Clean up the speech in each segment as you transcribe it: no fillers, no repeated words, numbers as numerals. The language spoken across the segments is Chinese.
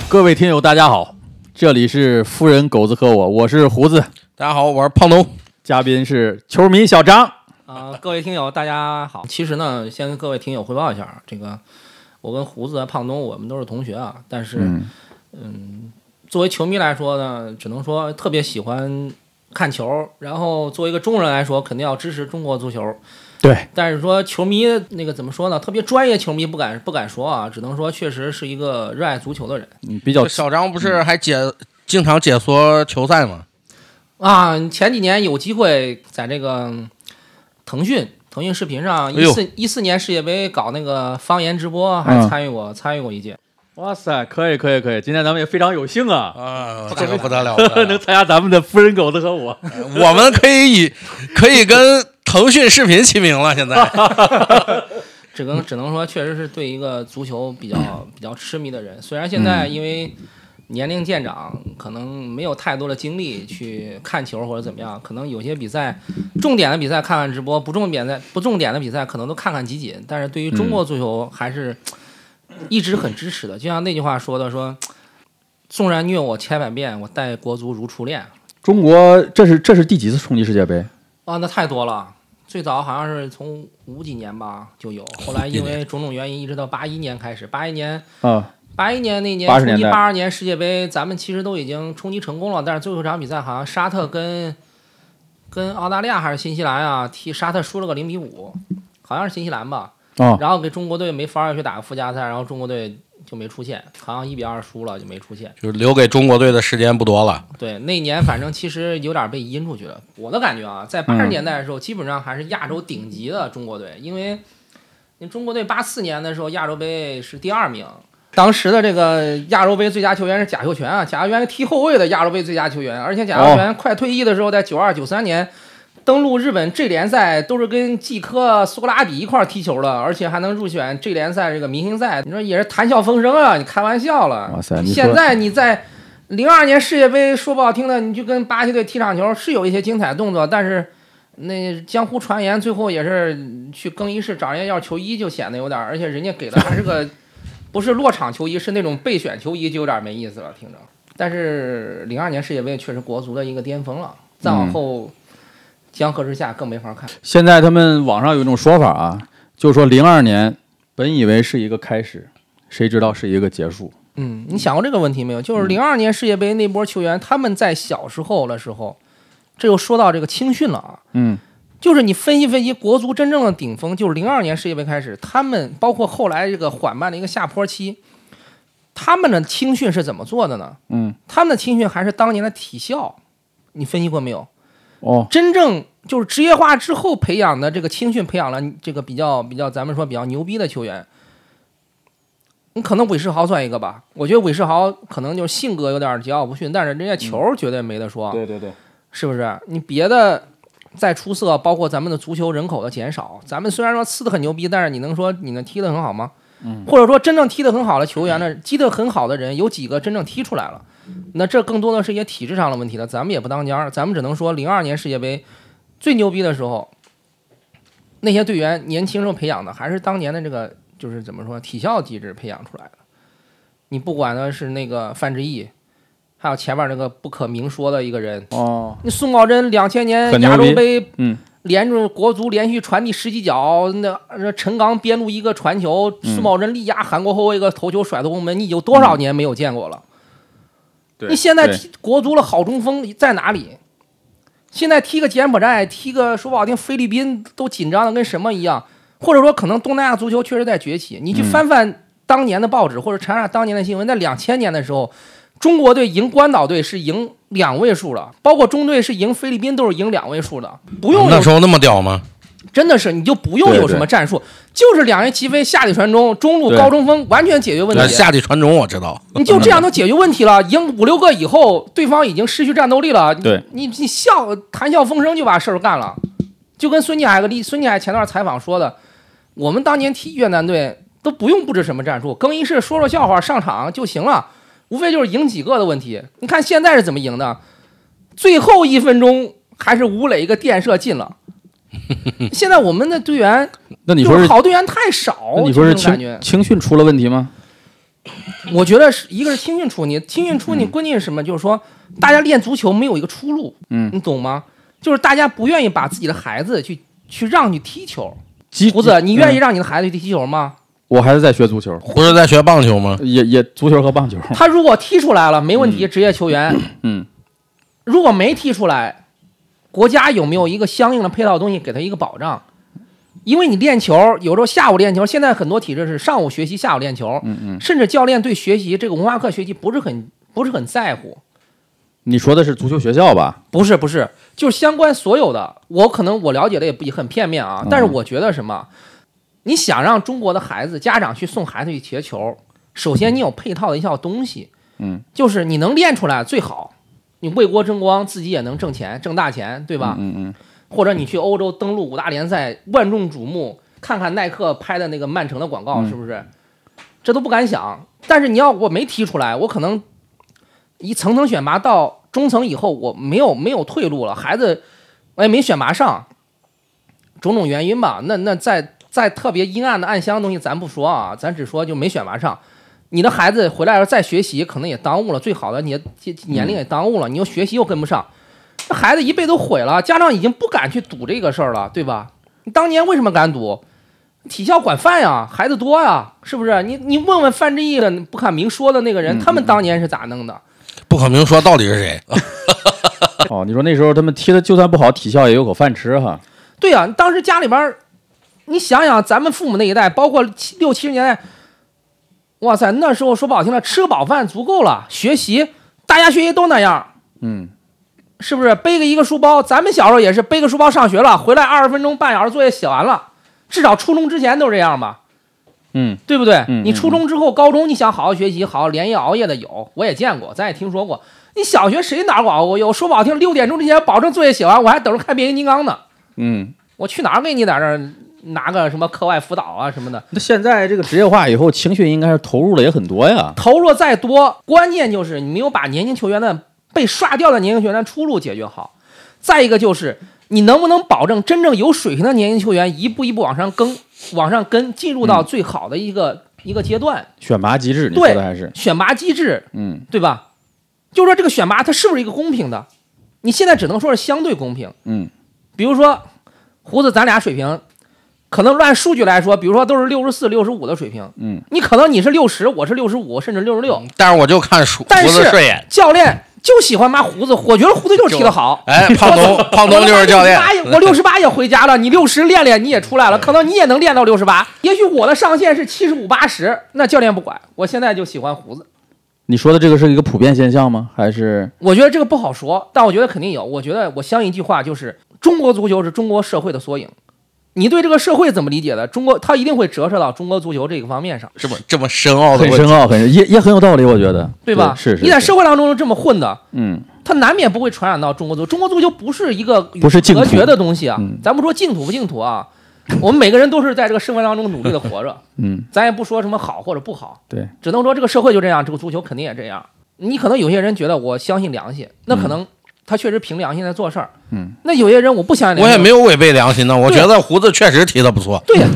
各位听友大家好，这里是夫人狗子和我是胡子。 大家好，我是胖东。 嘉宾是球迷小张。 各位听友大家好。其实呢，先跟各位听友汇报一下，这个我跟胡子、胖东我们都是同学啊，但是作为球迷来说呢，只能说特别喜欢看球，然后作为一个中国人来说，肯定要支持中国足球。 对， 但是说球迷那个怎么说呢？特别专业球迷不敢说啊，只能说确实是一个热爱足球的人。 比较小张不是还经常解说球赛吗？ 啊，前几年有机会在这个腾讯视频上14年世界杯搞那个方言直播，还参与过一届。 哇塞，可以！今天咱们也非常有幸啊， 这个不得了， 能参加咱们的夫人狗子和我， 我们可以跟腾讯视频齐名了。现在， 只能说确实是对一个足球比较痴迷的人。虽然现在因为年龄渐长，可能没有太多的精力去看球或者怎么样，可能有些比赛重点的比赛看看直播，不重点的比赛可能都看集锦。但是对于中国足球还是一直很支持的。就像那句话说的，说纵然虐我千百遍，我待国足如初恋。 中国这是第几次冲击世界杯啊？那太多了。最早好像是从50几年吧就有，后来因为种种原因，一直到81年开始。81年那年冲击82年世界杯，咱们其实都已经冲击成功了，但是最后一场比赛好像沙特跟澳大利亚还是新西兰啊，沙特输了个0-5，好像是新西兰吧。然后给中国队没法去打个附加赛，然后中国队就没出现，好像1-2输了就没出现， 就是留给中国队的时间不多了。 对，那年反正其实有点被阴出去了。我的感觉啊，在80年代的时候，基本上还是亚洲顶级的中国队，因为中国队84年的时候亚洲杯是第2名，当时的这个亚洲杯最佳球员是贾秀全啊，贾秀全踢后卫的亚洲杯最佳球员，而且贾秀全快退役的时候，在92、93年。登陆日本 J 联赛都是跟季科、苏格拉底一块踢球的，而且还能入选 J 联赛这个明星赛，你说也是谈笑风生啊！你开玩笑了。 哇塞！ 现在你在02年世界杯，说不好听的，你就跟巴西队踢场球，是有一些精彩动作，但是那江湖传言最后也是去更衣室找人家要球衣，就显得有点，而且人家给的还是个不是落场球衣，是那种备选球衣，就有点没意思了，听着。但是02年世界杯确实国足的一个巅峰了，再往后。江河之下更没法看。 现在他们网上有一种说法啊，就是说02年本以为是一个开始，谁知道是一个结束。 你想过这个问题没有？就是02年世界杯那波球员，他们在小时候的时候，这又说到这个青训了啊。就是你分析国足真正的顶峰，就是02年世界杯开始，他们包括后来这个缓慢的一个下坡期，他们的青训是怎么做的呢？他们的青训还是当年的体校，你分析过没有？真正就是职业化之后培养的这个青训，培养了这个比较咱们说比较牛逼的球员。你可能韦世豪算一个吧，我觉得韦世豪可能就是性格有点桀骜不驯，但是人家球绝对没得说。 对， 是不是？你别的再出色，包括咱们的足球人口的减少，咱们虽然说呲得很牛逼，但是你能说你能踢得很好吗？或者说真正踢得很好的球员呢，踢得很好的人有几个真正踢出来了？那这更多的是一些体制上的问题了，咱们也不当家，咱们只能说02年世界杯最牛逼的时候，那些队员年轻时候培养的还是当年的这个就是怎么说体校机制培养出来的。你不管的是那个范志毅，还有前面那个不可明说的一个人你宋高珍2000年亚洲杯连着国足连续传递10几脚，那陈刚边路一个传球，苏茂贞力压韩国后卫一个头球甩到攻门，你有多少年没有见过了？你现在踢国足的好中锋在哪里？现在踢个柬埔寨，踢个说不好听菲律宾都紧张的跟什么一样，或者说可能东南亚足球确实在崛起。你去翻翻当年的报纸或者查查当年的新闻，在2000年的时候，中国队赢关岛队是赢2位数了，包括中队是赢菲律宾都是赢2位数的，不用那时候那么屌吗？ 真的是，你就不用有什么战术，就是两人齐飞，下底传中，中路高中锋，完全解决问题。 下底传中我知道， 你就这样都解决问题了。赢5-6个以后，对方已经失去战斗力了。 对， 你谈笑风生就把事儿干了，就跟孙继海前段采访说的，我们当年踢越南队都不用布置什么战术，更衣室说说笑话上场就行了，无非就是赢几个的问题。你看现在是怎么赢的？最后1分钟还是吴磊一个垫射进了。现在我们的队员， 那你说是好队员太少， 那你说是青训出了问题吗？ 我觉得是一个是青训出你关键是什么？就是说大家练足球没有一个出路，你懂吗？就是大家不愿意把自己的孩子去让你踢球。胡子，你愿意让你的孩子去踢球吗？ 我孩子在学足球， 不是在学棒球吗？ 也足球和棒球。 他如果踢出来了，没问题，职业球员。如果没踢出来，国家有没有一个相应的配套的东西给他一个保障？因为你练球，有时候下午练球，现在很多体制是上午学习，下午练球，甚至教练对学习这个文化课学习不是很在乎。 你说的是足球学校吧？ 不是，就是相关所有的。我了解的也很片面啊，但是我觉得什么？你想让中国的孩子家长去送孩子去踢球，首先你有配套的一套东西，就是你能练出来最好，你为国争光，自己也能挣钱，挣大钱，对吧？或者你去欧洲登陆5大联赛，万众瞩目，看看耐克拍的那个曼城的广告，是不是？这都不敢想。但是我没踢出来，我可能一层层选拔到中层以后，我没有退路了，孩子我也没选拔上，种种原因吧。那在特别阴暗的暗箱的东西咱不说啊，咱只说就没选拔上。你的孩子回来要再学习，可能也耽误了最好的，你的年龄也耽误了，你又学习又跟不上。这孩子一辈子都毁了，家长已经不敢去赌这个事儿了，对吧？你当年为什么敢赌？体校管饭呀，孩子多呀，是不是？你问问范志毅的不可明说的那个人，他们当年是咋弄的？ 不可明说到底是谁？ 哦，你说那时候他们踢的就算不好，体校也有口饭吃哈。 对呀，当时家里边，你想想咱们父母那一代，包括60、70年代，哇塞，那时候说不好听的，吃个饱饭足够了，学习大家学习都那样，是不是？背个一个书包，咱们小时候也是背个书包上学了，回来20分钟半小时作业写完了，至少初中之前都这样吧，对不对？你初中之后，高中你想好好学习，好好连夜熬夜的有，我也见过，咱也听说过。你小学谁哪熬过？有说不好听，6点钟之前保证作业写完，我还等着看变形金刚呢。我去哪儿给你在这儿拿个什么课外辅导啊什么的？ 那现在这个职业化以后，青训应该是投入了也很多呀。 投入再多，关键就是你没有把年轻球员的被刷掉的年轻球员的出路解决好。再一个就是你能不能保证真正有水平的年轻球员一步一步往上跟，进入到最好的一个阶段。 选拔机制，你说的还是选拔机制，对吧？就是说这个选拔它是不是一个公平的？你现在只能说是相对公平。比如说胡子咱俩水平，可能按数据来说，比如说都是64、65的水平，你可能你是60，我是65，甚至66， 但是我就看胡子顺眼， 教练就喜欢骂胡子，我觉得胡子就是踢得好。 哎，胖东就是教练。 我68也回家了，你60练练你也出来了，可能你也能练到68。也许我的上限是75、80，那教练不管，我现在就喜欢胡子。 你说的这个是一个普遍现象吗？还是？ 我觉得这个不好说，但我觉得肯定有。我相信一句话，就是中国足球是中国社会的缩影。你对这个社会怎么理解的？中国它一定会折射到中国足球这个方面上。 这么深奥的问题， 很深奥，也很有道理，我觉得， 对吧？ 是你在社会当中是这么混的，它难免不会传染到中国足球。中国足球不是一个不是隔绝的东西啊，咱不说净土不净土啊，我们每个人都是在这个社会当中努力的活着，咱也不说什么好或者不好， 对， 只能说这个社会就这样，这个足球肯定也这样。你可能有些人觉得我相信良心，那可能他确实凭良心在做事儿。那有些人我不相信良心， 我也没有违背良心呢。我觉得胡子确实踢得不错。 对呀。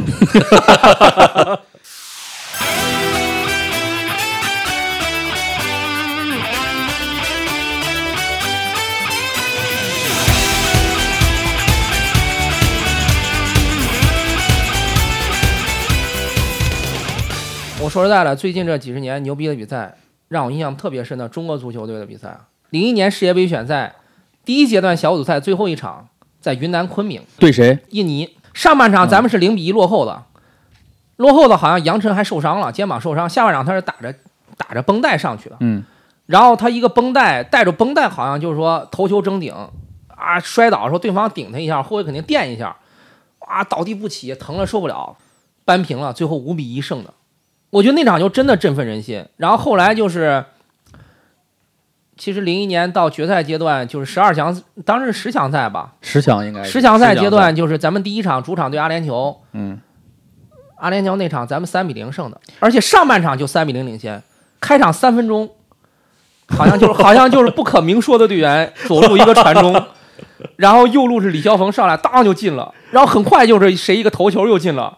我说实在的，最近这几十年牛逼的比赛，让我印象特别深的中国足球队的比赛，01年世界杯选赛第一阶段小组赛最后一场，在云南昆明对谁？ 印尼。上半场咱们是0-1落后的，落后的好像杨晨还受伤了，肩膀受伤。下半场他是打着绷带上去的，然后他一个绷带带着绷带，好像就是说头球争顶啊，摔倒说对方顶他一下，后卫肯定垫一下，啊，倒地不起，疼了受不了，扳平了，最后5-1胜的。我觉得那场就真的振奋人心。然后后来就是，其实01年到决赛阶段就是12强，当时是10强赛吧 ？10强应该是10强赛阶段，就是咱们第一场主场对阿联酋，阿联酋那场咱们3-0胜的，而且上半场就3-0领先，开场3分钟，好像就是不可明说的队员左路一个传中，然后右路是李霄鹏上来当就进了，然后很快就是谁一个头球又进了。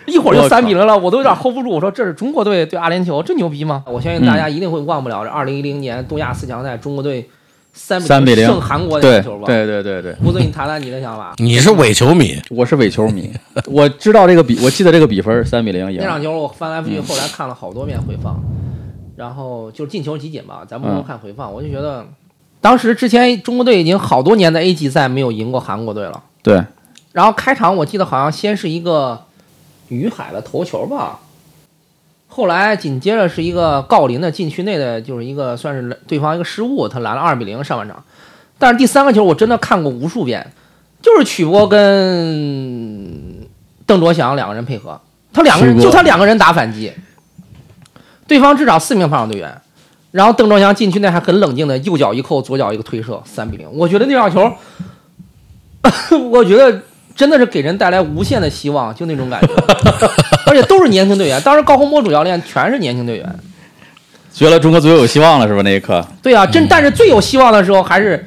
一会儿就3-0了，我都有点 hold 不住。我说这是中国队对阿联酋，这牛逼吗？我相信大家一定会忘不了这2010年东亚4强赛中国队3-0胜韩国那球吧？ 对。 胡子，你谈谈你的想法。 你是伪球迷， 我是伪球迷，我知道这个我记得这个比分3-0赢。 那场球我翻来覆去，后来看了好多遍回放，然后就是进球集锦吧，咱不能看回放，我就觉得当时之前中国队已经好多年的 A 级赛没有赢过韩国队了。 对。 然后开场我记得好像先是一个于海的头球吧，后来紧接着是一个郜林的禁区内的，就是一个算是对方一个失误，他拦了2-0上半场。但是第3个球我真的看过无数遍，就是曲波跟邓卓翔2个人配合，他2个人打反击，对方至少4名防守队员，然后邓卓翔禁区内还很冷静的右脚一扣，左脚一个推射，3-0。我觉得那场球，我觉得真的是给人带来无限的希望，就那种感觉，而且都是年轻队员。当时高洪波主教练全是年轻队员， 觉得中国足球有希望了，是吧？那一刻， 对啊，但是最有希望的时候还是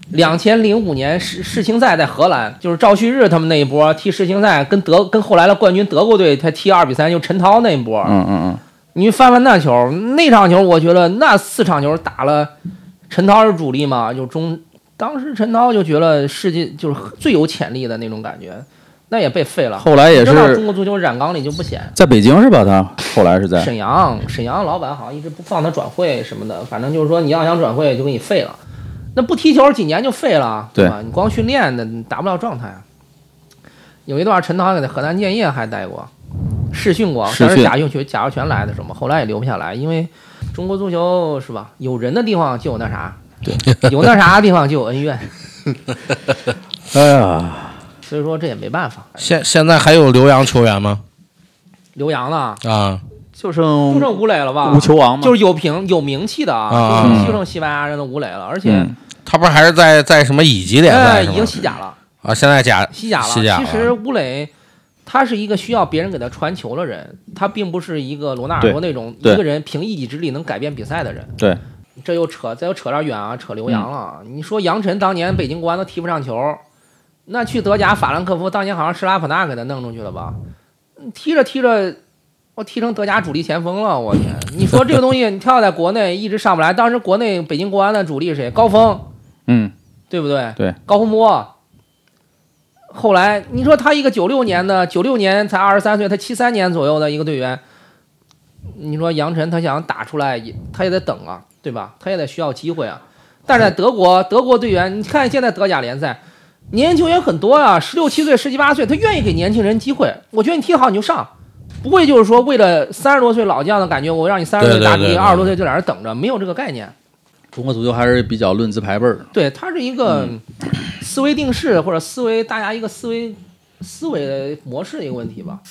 2005年世青赛在荷兰，就是赵旭日他们那一波踢世青赛，跟后来的冠军德国队他踢2-3，就陈涛那一波。你翻那球，那场球，我觉得那4场球打了，陈涛是主力嘛，当时陈涛就觉得世界就是最有潜力的那种感觉，那也被废了。 后来也是中国足球染缸里就不显。 在北京是吧？他后来是在沈阳老板好像一直不放他转会什么的，反正就是说你要想转会就给你废了。那不踢球几年就废了，对吧？你光训练的你达不了状态。有一段陈涛给在河南建业还待过，试训过，但是贾秀全来的时候嘛，后来也留不下来，因为中国足球是吧？有人的地方就有那啥。对，有那啥地方就有恩怨。 哎呀， 所以说这也没办法。 现在还有留洋球员吗？ 留洋了啊， 就剩吴磊了吧？ 吴球王嘛， 就是有名气的啊，就剩西班牙人的吴磊了，而且他不是还是在什么乙级联赛？ 已经西甲了啊，现在西甲了。其实吴磊他是一个需要别人给他传球的人，他并不是一个罗纳尔多那种一个人凭一己之力能改变比赛的人。 对。 再又扯点远啊，扯留洋了。你说杨晨当年北京国安都踢不上球，那去德甲法兰克福当年好像施拉普纳给他弄出去了吧？踢着，我踢成德甲主力前锋了，我天！你说这个东西，你跳在国内一直上不来。当时国内北京国安的主力是谁？高峰，对不对？ 对， 高洪波。后来你说他一个96年才23岁，他73年左右的一个队员，你说杨晨他想打出来，他也得等啊。对吧？他也得需要机会啊。但是在德国队员，你看现在德甲联赛，年轻球员很多啊，16、17岁、17、18岁，他愿意给年轻人机会。我觉得你踢好你就上，不会就是说为了30多岁老将的感觉，我让你30岁打主力，20多岁就在那等着，没有这个概念。 中国足球还是比较论资排辈儿。 对，它是一个思维定式或者大家一个思维模式的一个问题吧。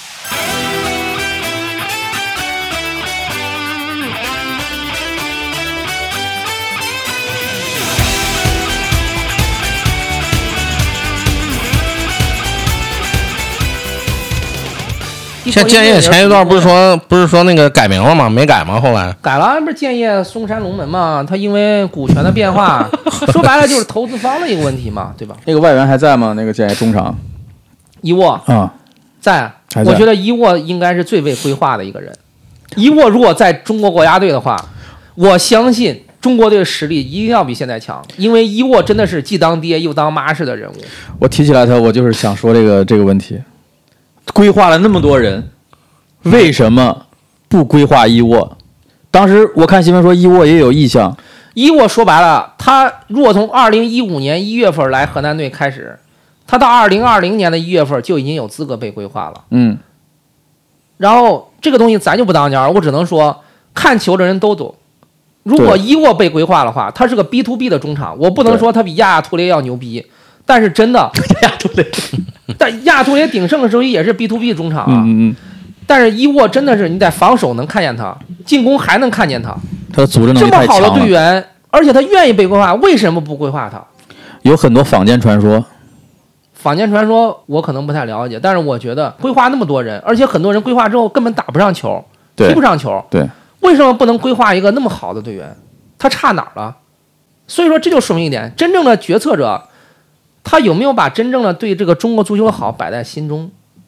像建业前一段不是说那个改名了吗？没改吗？后来改了，不是建业嵩山龙门嘛？他因为股权的变化，说白了就是投资方的一个问题嘛，对吧？ 那个外援还在吗？那个建业中场伊沃啊， 在。我觉得伊沃应该是最被规划的一个人。伊沃如果在中国国家队的话，我相信中国队的实力一定要比现在强，因为伊沃真的是既当爹又当妈式的人物。 我提起来他，我就是想说这个问题。规划了那么多人，为什么不规划伊沃？当时我看新闻说伊沃也有意向。 伊沃说白了，他如果从2015年1月份来河南队开始，他到2020年的1月份就已经有资格被规划了。然后这个东西咱就不当家，我只能说看球的人都懂。如果伊沃被规划的话，他是个 B2B 的中场，我不能说他比亚亚图雷要牛逼，但是真的但亚图雷鼎盛的时候也是 B2B 中场啊。但是伊沃真的是你在防守能看见他，进攻还能看见他， 他的组织能力太强了。这么好的队员， 而且他愿意被规划，为什么不规划他？ 有很多坊间传说我可能不太了解，但是我觉得规划那么多人，而且很多人规划之后根本打不上球，踢不上球， 对， 为什么不能规划一个那么好的队员？他差哪儿了？所以说这就说明一点，真正的决策者他有没有把真正的对这个中国足球的好摆在心中？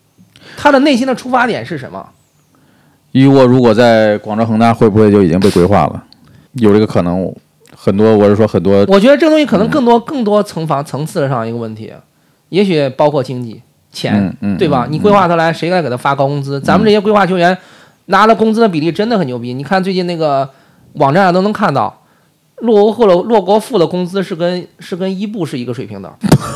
他的内心的出发点是什么？ 伊沃如果在广州恒大，会不会就已经被规划了？有这个可能。很多，我是说很多。 我觉得这个东西可能更多层次上一个问题，也许包括经济、钱，对吧？你规划他来，谁该给他发高工资？咱们这些规划球员拿的工资的比例真的很牛逼。你看最近那个网站上都能看到，洛国富的工资是跟伊布是一个水平的，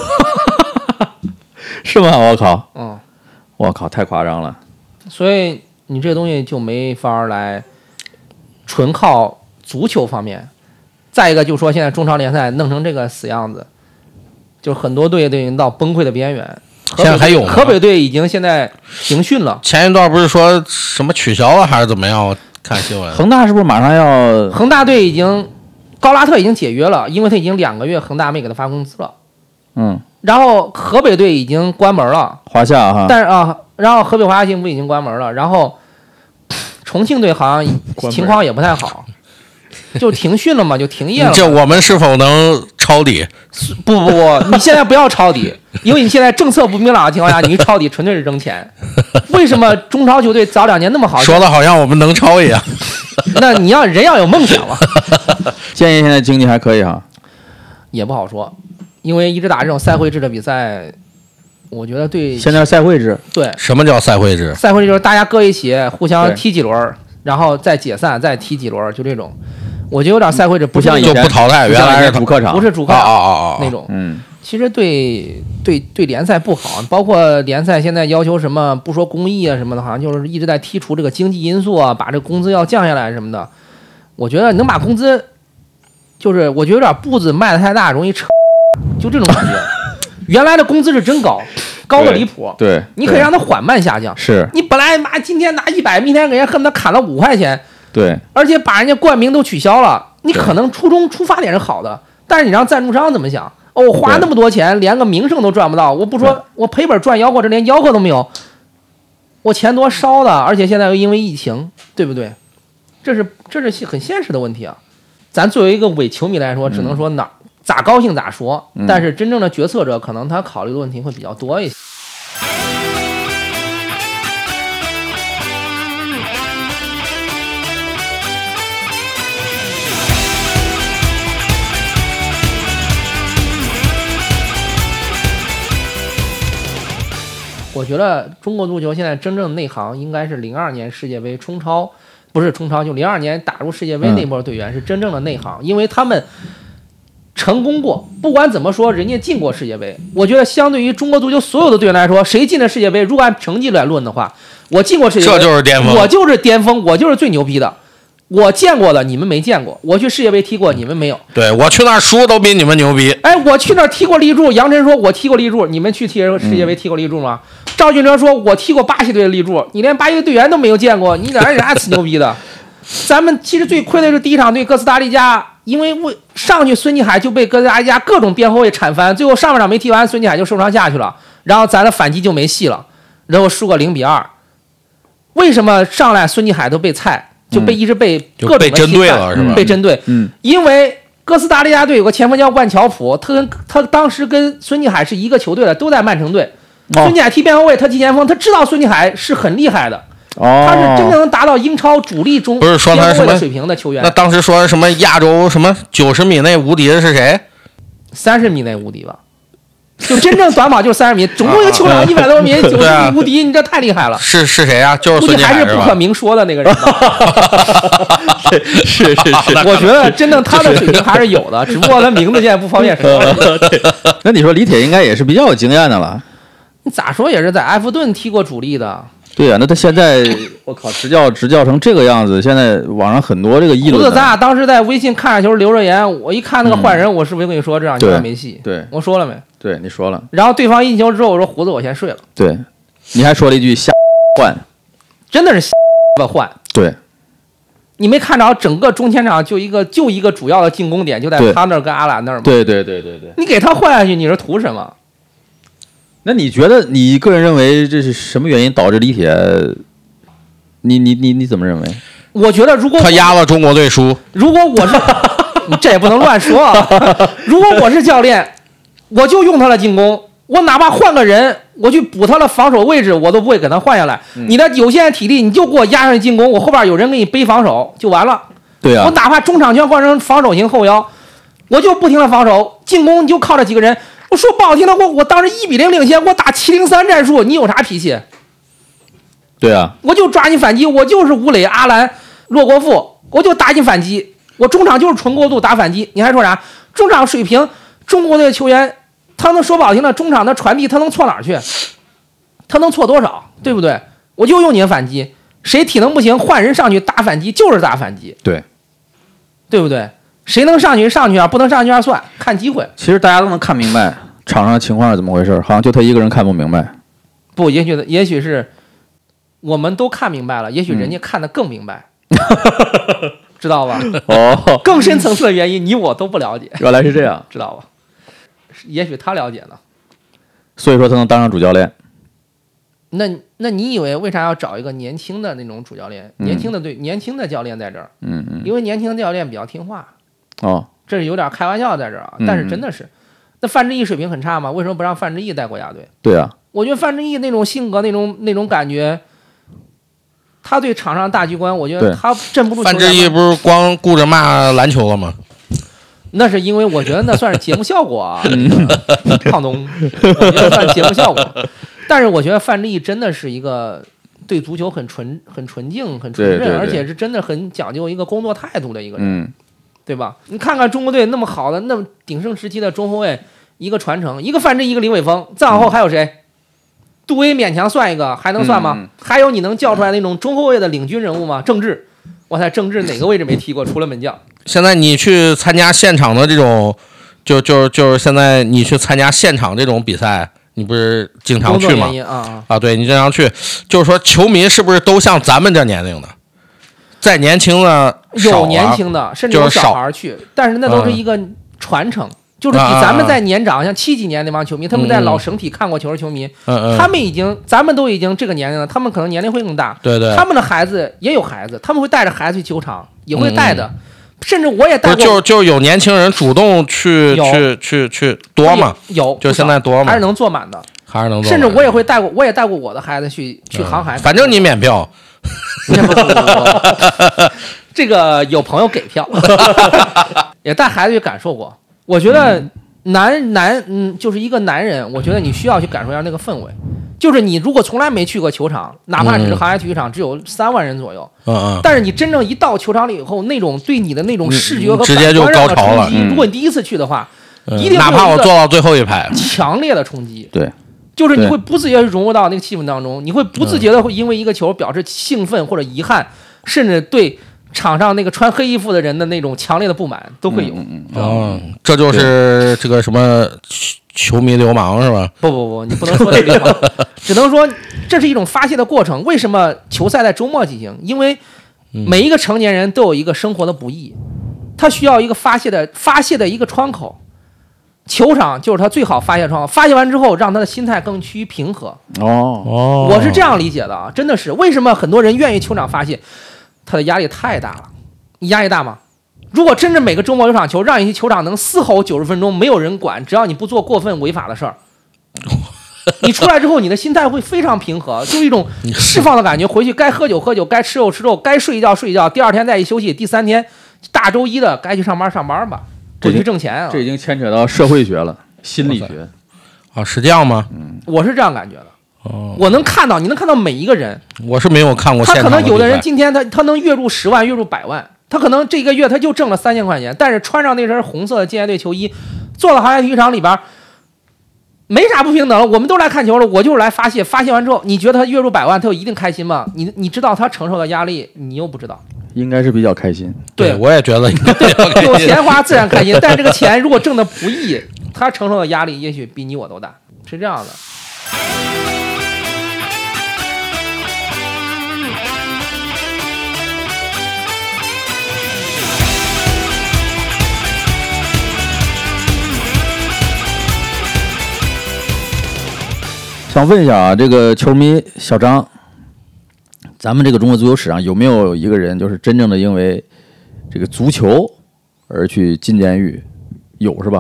是吗？我靠， 我靠，太夸张了。 所以你这东西就没法来纯靠足球方面。再一个就是说，现在中超联赛弄成这个死样子，就是很多队都已经到崩溃的边缘。 现在还有吗？ 河北队已经现在停训了。 前一段不是说什么取消了还是怎么样？我看新闻。 恒大是不是马上要？ 恒大队已经高拉特已经解约了，因为他已经2个月恒大没给他发工资了。然后河北队已经关门了， 华夏哈。 但是然后河北华夏幸福已经关门了，然后重庆队好像情况也不太好。就停训了嘛，就停业了。 这我们是否能抄底？ 不，你现在不要抄底，因为你现在政策不明朗的情况下，你一抄底纯粹是扔钱。为什么中超球队早2年那么好？ 说的好像我们能抄一样。 那你人要有梦想嘛。 建议现在经济还可以哈， 也不好说，因为一直打这种赛会制的比赛，我觉得对。 现在是赛会制。 对。 什么叫赛会制？ 赛会制就是大家搁一起互相踢几轮，然后再解散，再踢几轮，就这种。我觉得有点赛会制， 不像以前就不淘汰，原来是主客场， 不是主客场那种。其实对联赛不好，包括联赛现在要求什么，不说公益啊什么的，好像就是一直在剔除这个经济因素啊，把这工资要降下来什么的。我觉得能把工资，就是我觉得有点步子迈得太大，容易扯，就这种感觉。原来的工资是真高的离谱， 对， 你可以让它缓慢下降。 是你本来今天拿100，明天给人恨不得砍了5块钱。 对， 而且把人家冠名都取消了，你可能出发点是好的，但是你让赞助商怎么想？我花那么多钱，连个名声都赚不到，我不说我赔本赚吆喝，这连吆喝都没有，我钱多烧的，而且现在又因为疫情，对不对？这是很现实的问题啊。咱作为一个伪球迷来说，只能说咋高兴咋说，但是真正的决策者可能他考虑的问题会比较多一些。我觉得中国足球现在真正的内行应该是02年世界杯冲超，不是冲超，就02年打入世界杯那波队员是真正的内行，因为他们成功过。不管怎么说，人家进过世界杯。我觉得相对于中国足球所有的队员来说，谁进了世界杯，如果按成绩来论的话，我进过世界杯， 这就是巅峰， 我就是巅峰，我就是最牛逼的。我见过的你们没见过，我去世界杯踢过，你们没有。 对，我去那儿输都比你们牛逼。 哎，我去那儿踢过立柱，杨晨说我踢过立柱，你们去踢世界杯踢过立柱吗？赵俊哲说我踢过巴西队的立柱，你连巴西队队员都没有见过，你哪有啥吹牛逼的？咱们其实最亏的是第一场对哥斯达黎加，因为上去孙继海就被哥斯达黎加各种边后卫铲翻，最后上半场没踢完，孙继海就受伤下去了，然后咱的反击就没戏了，然后输个0-2。为什么上来孙继海都被菜？就一直被各种的被针对了，是吧？ 被针对，因为哥斯达黎加队有个前锋叫万乔普，他当时跟孙继海是一个球队的，都在曼城队。孙继海踢边后卫，他踢前锋，他知道孙继海是很厉害的，他是真正能达到英超主力中不是说他什么水平的球员。 那当时说什么亚洲什么90米内无敌的是谁 ？30米内无敌吧。就真正短跑就是30米，总共一个球场100多米，90米无敌，你这太厉害了。 是谁啊？就是孙继海， 还是不可明说的那个人吧。 是， 我觉得真正他的水平还是有的，只不过他名字现在不方便说。 那你说李铁应该也是比较有经验的了。 你咋说也是在埃弗顿踢过主力的。 对呀，那他现在我靠，执教成这个样子，现在网上很多这个议论。 胡子咱俩当时在微信看着球留着言，我一看那个换人，我是不是跟你说这场球没戏？ 对， 我说了没？ 对，你说了。 然后对方进球之后，我说胡子我先睡了。 对，你还说了一句瞎换， 真的是换。 对， 你没看着整个中前场就一个主要的进攻点就在他那儿跟阿兰那儿吗？ 对。 你给他换下去，你是图什么？ 那你觉得你个人认为这是什么原因导致李铁？你怎么认为？ 我觉得如果他压了中国队输， 如果我是你这也不能乱说啊。如果我是教练，我就用他的进攻， 我哪怕换个人，我去补他的防守位置，我都不会给他换下来。你的有限体力，你就给我压上去进攻，我后边有人给你背防守就完了。 对啊， 我哪怕中场全换成防守型后腰，我就不停的防守，进攻你就靠这几个人。我说不好听的，我当时1-0领先，我打7-0-3战术，你有啥脾气？ 对啊， 我就抓紧反击，我就是吴磊、阿兰、骆国富，我就打紧反击。我中场就是纯过渡打反击，你还说啥？中场水平，中国队的球员。他能说不好听的，中场的传递他能错哪儿去？他能错多少？对不对？我就用你的反击，谁体能不行，换人上去打反击就是打反击， 对， 对不对？谁能上去上去啊，不能上去算，看机会。 其实大家都能看明白场上的情况是怎么回事，好像就他一个人看不明白。 不，也许是我们都看明白了，也许人家看得更明白，知道吧？ 哦， 更深层次的原因你我都不了解， 原来是这样， 知道吧？也许他了解呢， 所以说他能当上主教练。 那你以为为啥要找一个年轻的那种主教练？年轻的教练在这儿，因为年轻的教练比较听话。 哦， 这是有点开玩笑在这儿啊，但是真的是。那范志毅水平很差吗？为什么不让范志毅带国家队？ 对啊， 我觉得范志毅那种性格，那种感觉，他对场上大局观，我觉得他镇不住球员。 范志毅不是光顾着骂篮球了吗？ 那是因为我觉得那算是节目效果啊，胖东，我觉得算是节目效果。但是我觉得范志毅真的是一个对足球很纯净、很纯正，而且是真的很讲究一个工作态度的一个人，对吧？你看看中国队那么好的、那么鼎盛时期的中后卫，一个传承，一个范志毅，一个李玮峰，再往后还有谁？杜威勉强算一个，还能算吗？还有你能叫出来那种中后卫的领军人物吗？郑智，我猜郑智哪个位置没踢过？除了门将。 现在你去参加现场的这种，就是现在你去参加现场这种比赛，你不是经常去吗？对，你经常去，就是说球迷是不是都像咱们这年龄的？再年轻的有年轻的，甚至有小孩去，但是那都是一个传承。就是比咱们在年长，像70几年那帮球迷，他们在老省体看过球的球迷，他们咱们都已经这个年龄了，他们可能年龄会更大。 对， 他们的孩子也有孩子，他们会带着孩子去球场，也会带的。甚至我也带过， 就有年轻人主动去多嘛？ 有， 就现在多嘛？ 还是能坐满的， 还是能坐。 甚至我也带过我的孩子去航海， 反正你免票。 不，这个有朋友给票，也带孩子去感受过。我觉得就是一个男人，我觉得你需要去感受一下那个氛围。就是你如果从来没去过球场，哪怕只是航海体育场，只有3万人左右，但是你真正一到球场里以后，那种对你的那种视觉和直接就高潮了。 如果你第一次去的话，一定哪怕我坐到最后一排， 强烈的冲击。 对， 就是你会不自觉融入到那个气氛当中，你会不自觉的会因为一个球表示兴奋或者遗憾，甚至对场上那个穿黑衣服的人的那种强烈的不满都会有。 这就是这个什么球迷流氓是吧？ 不，你不能说这流氓，只能说这是一种发泄的过程。为什么球赛在周末进行？因为每一个成年人都有一个生活的不易，他需要一个发泄的一个窗口。球场就是他最好发泄窗口，发泄完之后让他的心态更趋于平和。我是这样理解的啊，真的是。为什么很多人愿意球场发泄？他的压力太大了。你压力大吗？如果真正每个周末有场球，让你去球场能嘶吼90分钟，没有人管，只要你不做过分违法的事儿，你出来之后，你的心态会非常平和，就一种释放的感觉。回去该喝酒喝酒，该吃肉吃肉，该睡觉睡觉，第2天再一休息，第3天大周一的该去上班上班吧，回去挣钱啊。 这已经牵扯到社会学了，心理学啊，是这样吗？ 我是这样感觉的。我能看到，你能看到每一个人。 我是没有看过现场的比赛。 他可能有的人今天他能月入10万，月入100万，他可能这个月他就挣了3000块钱，但是穿上那身红色的建业队球衣，坐到航海体育场里边，没啥不平等了。我们都来看球了，我就是来发泄。发泄完之后，你觉得他月入100万，他有一定开心吗？你知道他承受的压力，你又不知道。 应该是比较开心。 对，我也觉得应该比较开心。 有钱花自然开心，但是这个钱如果挣的不易，他承受的压力也许比你我都大，是这样的。 想问一下啊，这个球迷小张，咱们这个中国足球史上有没有一个人就是真正的因为这个足球而去进监狱？有是吧？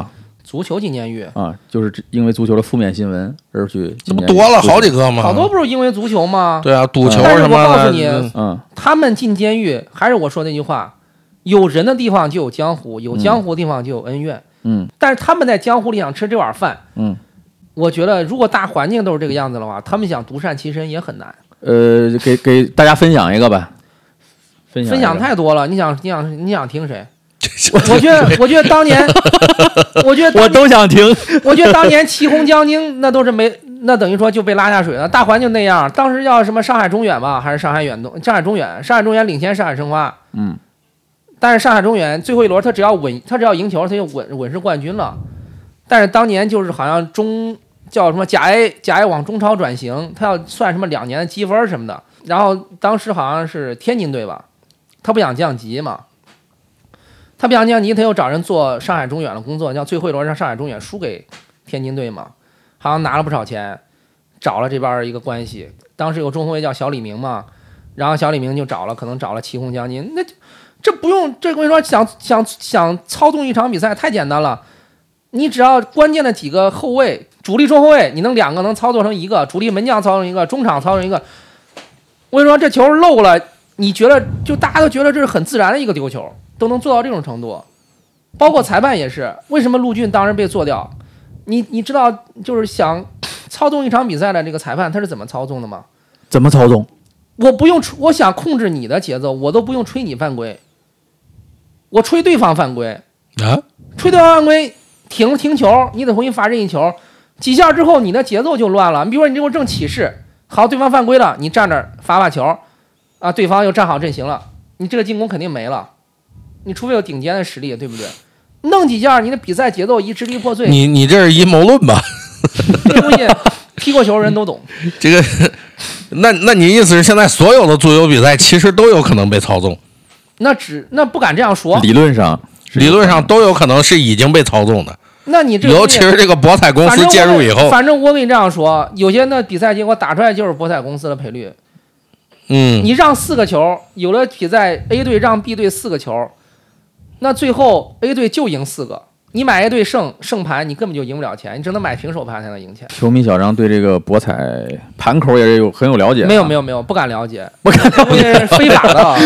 足球进监狱啊，就是因为足球的负面新闻而去， 这不多了好几个吗？ 好多不是因为足球吗？ 对啊，赌球什么的。但是我告诉你， 他们进监狱，还是我说那句话，有人的地方就有江湖，有江湖的地方就有恩怨。但是他们在江湖里想吃这碗饭，我觉得如果大环境都是这个样子的话，他们想独善其身也很难。 给大家分享一个吧。分享太多了，你想听谁？我觉得当年， 我都想听。 我觉得当年祁红将军那都是那等于说就被拉下水了。大环境那样，当时叫什么上海中远吧，还是上海远东？上海中远领先上海申花。但是上海中远最后一轮他只要赢球，他就稳是冠军了。但是当年就是好像叫什么甲 A 往中超转型，他要算什么2年的积分什么的。然后当时好像是天津队吧，他不想降级嘛。他不想降级，他又找人做上海中远的工作，叫最后一轮让上海中远输给天津队嘛，好像拿了不少钱，找了这边一个关系。当时有中后卫叫小李明嘛，然后小李明就可能找了祁红将军。那这不用，这我跟你说，想操纵一场比赛太简单了，你只要关键的几个后卫，主力中后卫，你能2个能操作成一个，主力门将操作成一个，中场操作成一个。我跟你说，这球漏了，你觉得就大家都觉得这是很自然的一个丢球。都能做到这种程度，包括裁判也是。为什么陆俊当时被做掉？你知道，就是想操纵一场比赛的这个裁判他是怎么操纵的吗？ 怎么操纵？ 我想控制你的节奏，我都不用吹你犯规，我吹对方犯规啊， 吹对方犯规停球，你得重新罚任意球，几下之后你的节奏就乱了。你比如说你这会正起势，好，对方犯规了，你站这儿罚球啊，对方又站好阵型了，你这个进攻肯定没了。你除非有顶尖的实力，对不对？弄几下，你的比赛节奏一支离破碎。 你这是阴谋论吧？ 这东西踢过球人都懂。 这个，那你意思是现在所有的足球比赛其实都有可能被操纵？ 那不敢这样说。 理论上都有可能是已经被操纵的。 那你这尤其是这个博彩公司介入以后， 反正我跟你这样说，有些那比赛结果打出来就是博彩公司的赔率。你让4个球，有的比赛 A 队让 B 队4个球。那最后 A 队就赢4个，你买 A 队胜盘，你根本就赢不了钱，你只能买平手盘才能赢钱。 球迷小张对这个博彩盘口也是很有了解。 没有，不敢了解，非法的。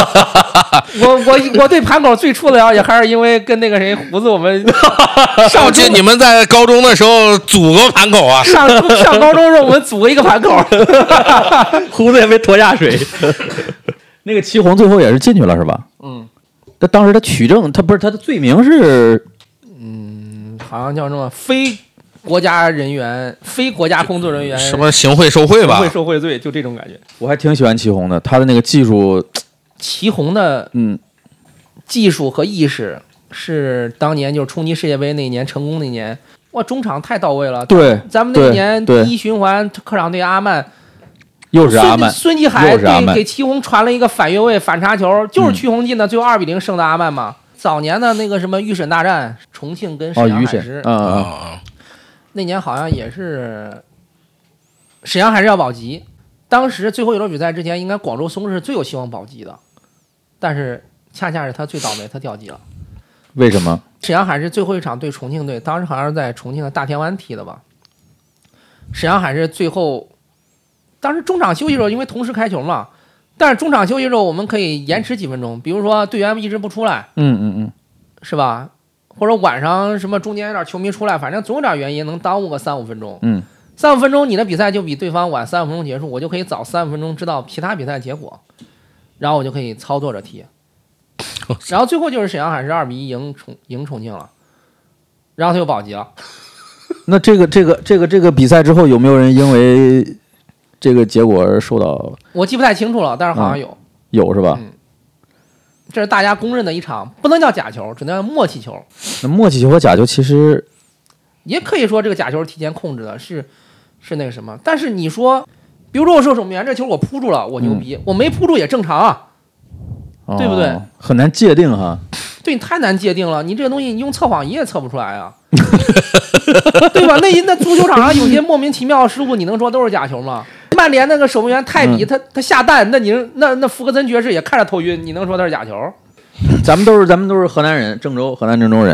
我对盘口最初的了解还是因为跟那个谁胡子我们上去你们在高中的时候组个盘口啊？ 上高中时候我们组过一个盘口， 胡子也被拖下水。那个祁红最后也是进去了是吧？他当时他取证，他不是他的罪名是， 好像叫什么非国家人员、非国家工作人员， 什么行贿受贿吧？ 行贿受贿罪，就这种感觉。 我还挺喜欢祁红的，他的那个技术， 祁红的技术和意识是当年就是冲击世界杯那年成功那年，哇，中场太到位了。 对， 咱们那年第一循环客场对阿曼。 又是阿曼， 孙继海给祁红传了一个反越位反插球，就是祁红进的，最后2-0胜的阿曼嘛。早年的那个什么预审大战，重庆跟沈阳海狮，那年好像也是沈阳海狮要保级，当时最后一轮比赛之前，应该广州松狮最有希望保级的，但是恰恰是他最倒霉，他掉级了。 为什么？ 沈阳海狮最后一场对重庆队，当时好像是在重庆的大田湾踢的吧。沈阳海狮最后。当时中场休息的时候，因为同时开球嘛，但是中场休息的时候我们可以延迟几分钟，比如说队员一直不出来，是吧？或者晚上什么中间有点球迷出来，反正总有点原因能耽误个3-5分钟。3-5分钟你的比赛就比对方晚3-5分钟结束，我就可以早3-5分钟知道其他比赛结果，然后我就可以操作着踢。然后最后就是沈阳海狮2-1赢重庆了，然后他就保级了。 那这个比赛之后有没有人因为这个结果而受到？我记不太清楚了，但是好像有是吧？ 这是大家公认的一场，不能叫假球，只能叫默契球。 那默契球和假球其实也可以说这个假球是提前控制的，是那个什么。但是你说，比如说我说守门员这球我扑住了，我牛逼，我没扑住也正常啊，对不对？ 很难界定哈。 对，你太难界定了，你这个东西你用测谎仪也测不出来啊。对吧？那足球场上有些莫名其妙的失误，你能说都是假球吗？曼联那个守门员泰比，他下蛋，那福格森爵士也看着头晕，你能说他是假球？ 咱们都是河南人，河南郑州人。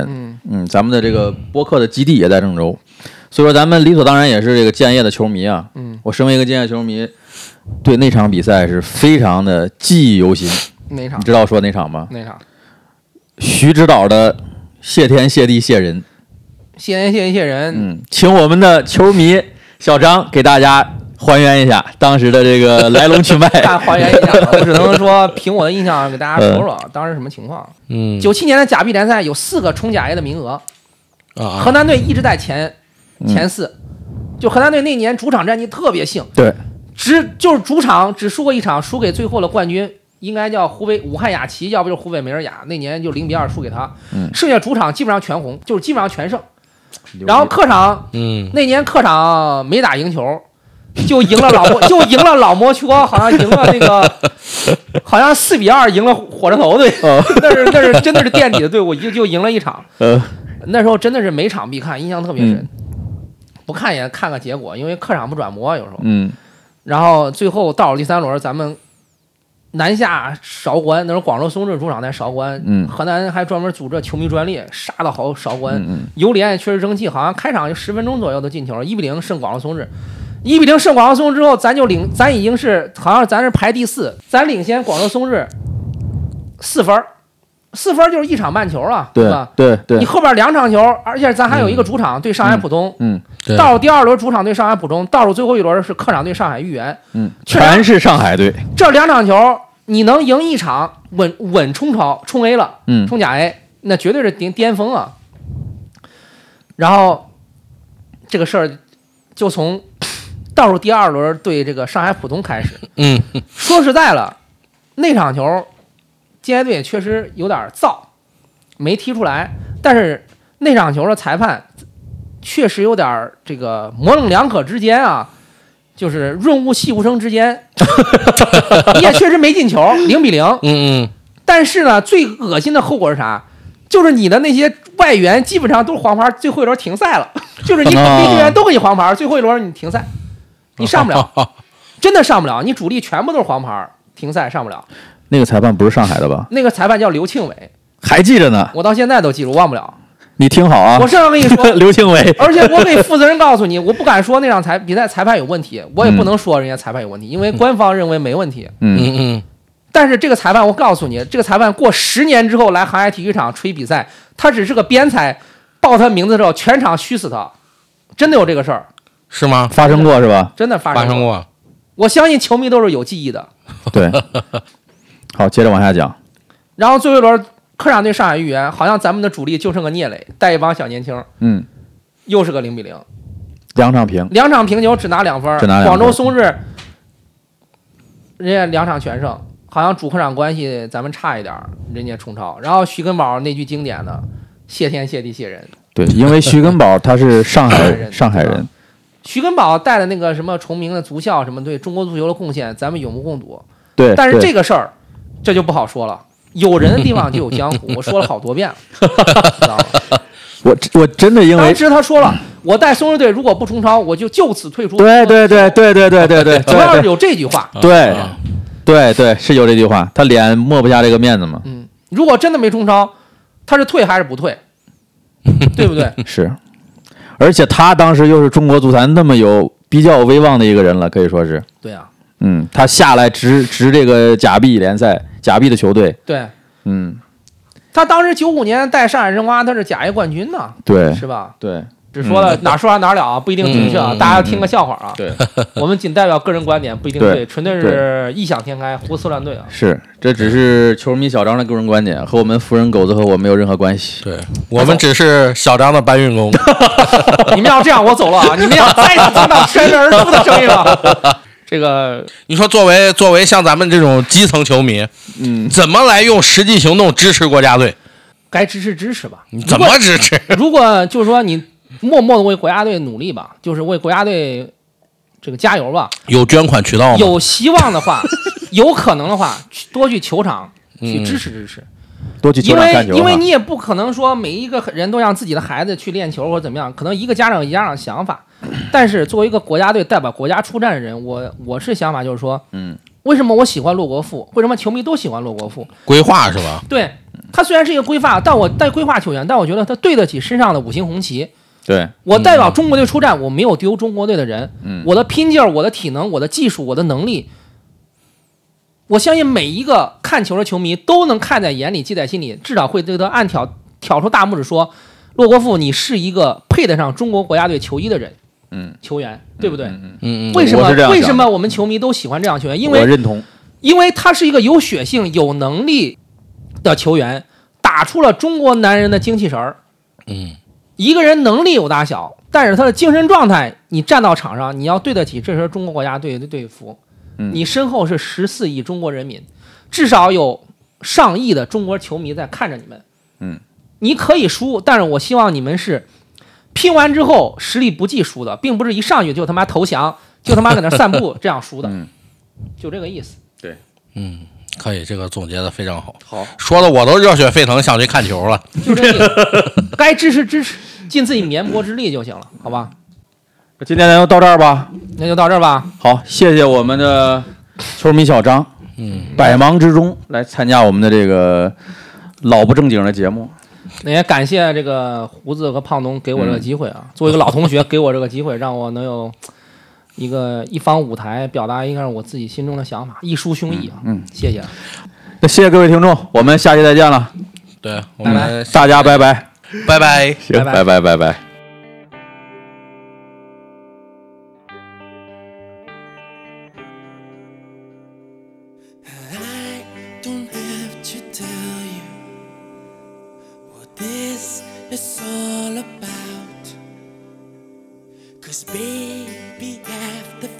咱们的这个播客的基地也在郑州，所以说咱们理所当然也是这个建业的球迷啊。我身为一个建业球迷，对那场比赛是非常的记忆犹新。 哪场？ 你知道说哪场吗？ 哪场？ 徐指导的谢天谢地谢人。 谢天谢地谢人。 请我们的球迷小张给大家还原一下当时的这个来龙去脉。 还原一下，我只能说凭我的印象给大家说说当时什么情况。97年的甲 B 联赛有4个冲甲 A 的名额，河南队一直在前4，就河南队那年主场战绩特别幸， 对， 就是主场只输过一场，输给最后的冠军，应该叫武汉雅琪，要不就是湖北美尔雅，那年就0-2输给他，剩下主场基本上全红，就是基本上全胜。然后客场，那年客场没打赢球，就赢了老摩托，好像赢了那个，好像4-2赢了火车头队，那是真的是垫底的队伍，就赢了一场。那时候真的是每场必看，印象特别深。不看也看个结果，因为客场不转播有时候。然后最后到了第3轮，咱们南下韶关，那时候广州松志主场在韶关，河南还专门组织球迷专列杀到韶关，尤联确实争气，好像开场就10分钟左右的进球了，1-0胜广州松志。1-0胜广州松志之后，咱已经是好像咱是排第4，咱领先广州松志4分，4分就是一场半球了，对吧？ 对， 你后边2场球，而且咱还有一个主场对上海浦东，倒数第2轮主场对上海浦东，倒数最后一轮是客场对上海豫园， 全是上海队。 这2场球你能赢一场，稳冲超冲 A 了，冲甲 A， 那绝对是巅峰啊。然后这个事儿就从倒数第2轮对这个上海浦东开始。说实在了，那场球建业队确实有点燥，没踢出来。但是那场球的裁判确实有点这个模棱两可之间啊，就是润物细无声之间，也确实没进球，0-0。但是呢，最恶心的后果是啥？就是你的那些外援基本上都是黄牌，最后一轮停赛了。就是你主力队员都给你黄牌，最后一轮你停赛，你上不了，真的上不了。你主力全部都是黄牌，停赛上不了。 那个裁判不是上海的吧？ 那个裁判叫刘庆伟， 还记着呢。 我到现在都记住，忘不了。 你听好啊！ 我正要跟你说， 刘庆伟， 而且我可以负责任告诉你，我不敢说那场比赛裁判有问题，我也不能说人家裁判有问题，因为官方认为没问题。但是这个裁判，我告诉你，这个裁判过10年之后来航海体育场吹比赛，他只是个边裁，报他名字之后，全场虚死他，真的有这个事儿， 是吗？ 发生过是吧？ 真的发生过。 我相信球迷都是有记忆的。 对，好，接着往下讲。 然后最后一轮客场对上海豫园，好像咱们的主力就剩个聂磊，带一帮小年轻，又是个0-0，2场平球，只拿2分。广州松日人家2场全胜，好像主客场关系咱们差一点，人家冲超。然后徐根宝那句经典的“谢天谢地谢人”， 对，因为徐根宝他是上海人。 徐根宝带的那个什么崇明的足校，什么对中国足球的贡献，咱们有目共睹。 对， 但是这个事儿，这就不好说了。有人的地方就有江湖，我说了好多遍了，知道吗？ 我真的因为当时他说了，我带松日队如果不冲超，我就此退出。 对， 主要是有这句话。 对，是有这句话，他脸抹不下这个面子嘛。 如果真的没冲超，他是退还是不退？对不对？ 是。而且他当时又是中国足坛那么比较有威望的一个人了，可以说是。 对啊。 他下来执这个甲 B 联赛，甲 B 的球队。 对。他当时95年带上海申花，他是甲 A 冠军呢。 对。 是吧？ 对。 只说了哪说哪了啊，不一定准确啊，大家听个笑话啊。 对。 我们仅代表个人观点，不一定对，纯粹是异想天开，胡思乱对啊。 是，这只是球迷小张的个人观点，和我们福人狗子和我没有任何关系。 对，我们只是小张的搬运工。 你们要这样，我走了啊！你们要再听到摔门而出的声音了。这个， 你说作为像咱们这种基层球迷，怎么来用实际行动支持国家队？ 该支持吧。 你怎么支持？ 如果就是说你默默的为国家队努力吧，就是为国家队这个加油吧。 有捐款渠道吗？ 有希望的话，有可能的话，多去球场去支持。 多去球场看球。 因为你也不可能说每一个人都让自己的孩子去练球或者怎么样，可能一个家长有一个家长想法。但是作为一个国家队代表国家出战的人，我是想法就是说，为什么我喜欢骆国富？为什么球迷都喜欢骆国富？ 规划是吧？ 对， 他虽然是一个规划，但我带规划球员，但我觉得他对得起身上的5星红旗。 对， 我代表中国队出战，我没有丢中国队的人，我的拼劲儿、我的体能、我的技术、我的能力，我相信每一个看球的球迷都能看在眼里，记在心里，至少会对他暗挑出大拇指说，骆国富，你是一个配得上中国国家队球衣的人，球员，对不对？为什么我们球迷都喜欢这样球员？因为我认同， 因为他是一个有血性、有能力的球员，打出了中国男人的精气神儿。一个人能力有大小，但是他的精神状态，你站到场上，你要对得起这身中国国家队的队服。你身后是14亿中国人民，至少有上亿的中国球迷在看着你们。你可以输，但是我希望你们是拼完之后实力不济输的，并不是一上去就他妈投降，就他妈搁那散步这样输的。就这个意思。 对， 可以，这个总结的非常好。 好， 说的我都热血沸腾，想去看球了。 就这个，该支持，尽自己绵薄之力就行了，好吧？ 今天咱就到这儿吧。 那就到这儿吧。 好，谢谢我们的球迷小张，百忙之中来参加我们的这个老不正经的节目。 那也感谢这个胡子和胖东给我这个机会啊，作为一个老同学给我这个机会，让我能有一方舞台表达一下我自己心中的想法，一抒胸臆啊。谢谢。 那谢谢各位听众，我们下期再见了。 对，我们大家拜拜， 拜拜， 行，拜拜，拜拜。 It's all about 'cause baby, after